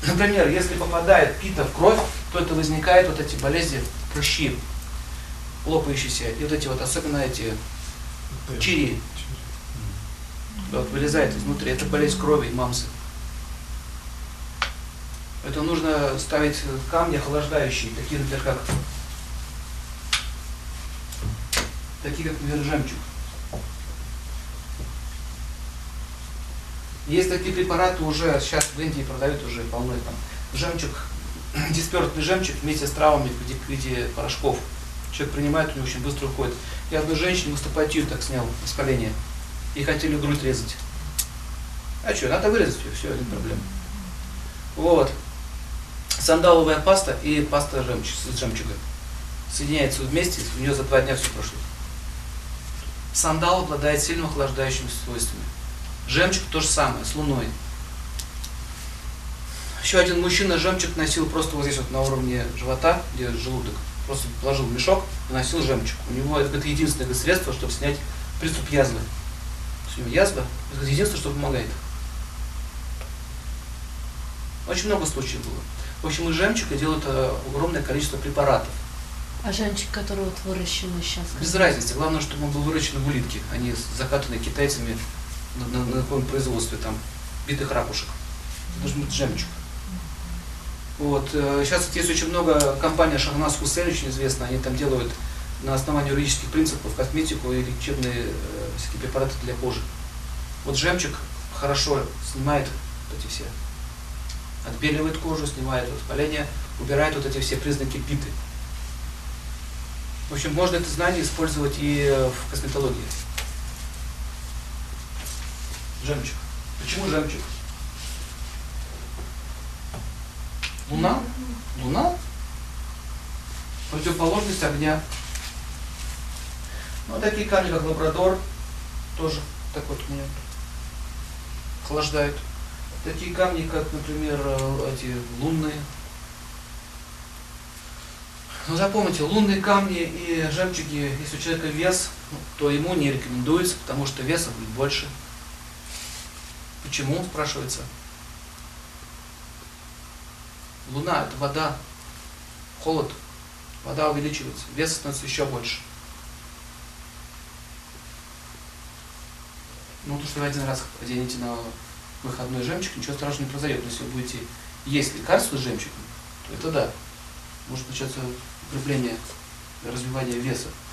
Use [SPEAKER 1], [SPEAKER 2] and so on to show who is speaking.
[SPEAKER 1] Например, если попадает пита в кровь, то это возникают вот эти болезни, прыщи, лопающиеся, и вот эти вот, особенно эти чири, вот, вылезает изнутри, это болезнь крови и мамсы. Это нужно ставить камни охлаждающие, такие, например, как, например, жемчуг. Есть такие препараты уже, сейчас в Индии продают уже полно там. Жемчуг, диспертный жемчуг вместе с травами в виде порошков. Человек принимает, у него очень быстро уходит. Я одной женщине мастопатию так снял, воспаление. И хотели грудь резать. А что, надо вырезать ее, все, нет проблем. Вот. Сандаловая паста и паста с жемчуга. Соединяются вместе, у нее за 2 дня все прошло. Сандал обладает сильно охлаждающими свойствами. Жемчуг то же самое, с луной. Еще один мужчина жемчуг носил просто вот здесь вот на уровне живота, где желудок. Просто положил в мешок и носил жемчуг. У него это единственное средство, чтобы снять приступ язвы. У него язва, это единственное, что помогает. Очень много случаев было. В общем, из жемчуга делают огромное количество препаратов.
[SPEAKER 2] А жемчуг, который вот выращен сейчас?
[SPEAKER 1] Без разницы. Главное, чтобы он был выращен в улитке, а не закатанный китайцами на каком-то производстве там битых ракушек. Это должен быть жемчуг. Вот. Сейчас вот есть очень много, компания Шахназ Хусейн, очень известна, они там делают на основании юридических принципов косметику и лечебные всякие препараты для кожи. Вот жемчуг хорошо снимает вот эти все, отбеливает кожу, снимает воспаление, убирает вот эти все признаки питы. В общем, можно это знание использовать и в косметологии. Жемчуг. Почему жемчуг? Луна? Луна? Противоположность огня. Ну, такие камни, как лабрадор, тоже так вот меня охлаждают. Такие камни, как, например, эти лунные. Но запомните, лунные камни и жемчуги, если у человека вес, то ему не рекомендуется, потому что веса будет больше. Почему, спрашивается? Луна – это вода, холод, вода увеличивается, вес становится еще больше. Ну, то, что вы один раз оденете на выходной жемчуг, ничего страшного не произойдет. Но если вы будете есть лекарство с жемчугом, то это да, может начаться укрепление, развивание веса.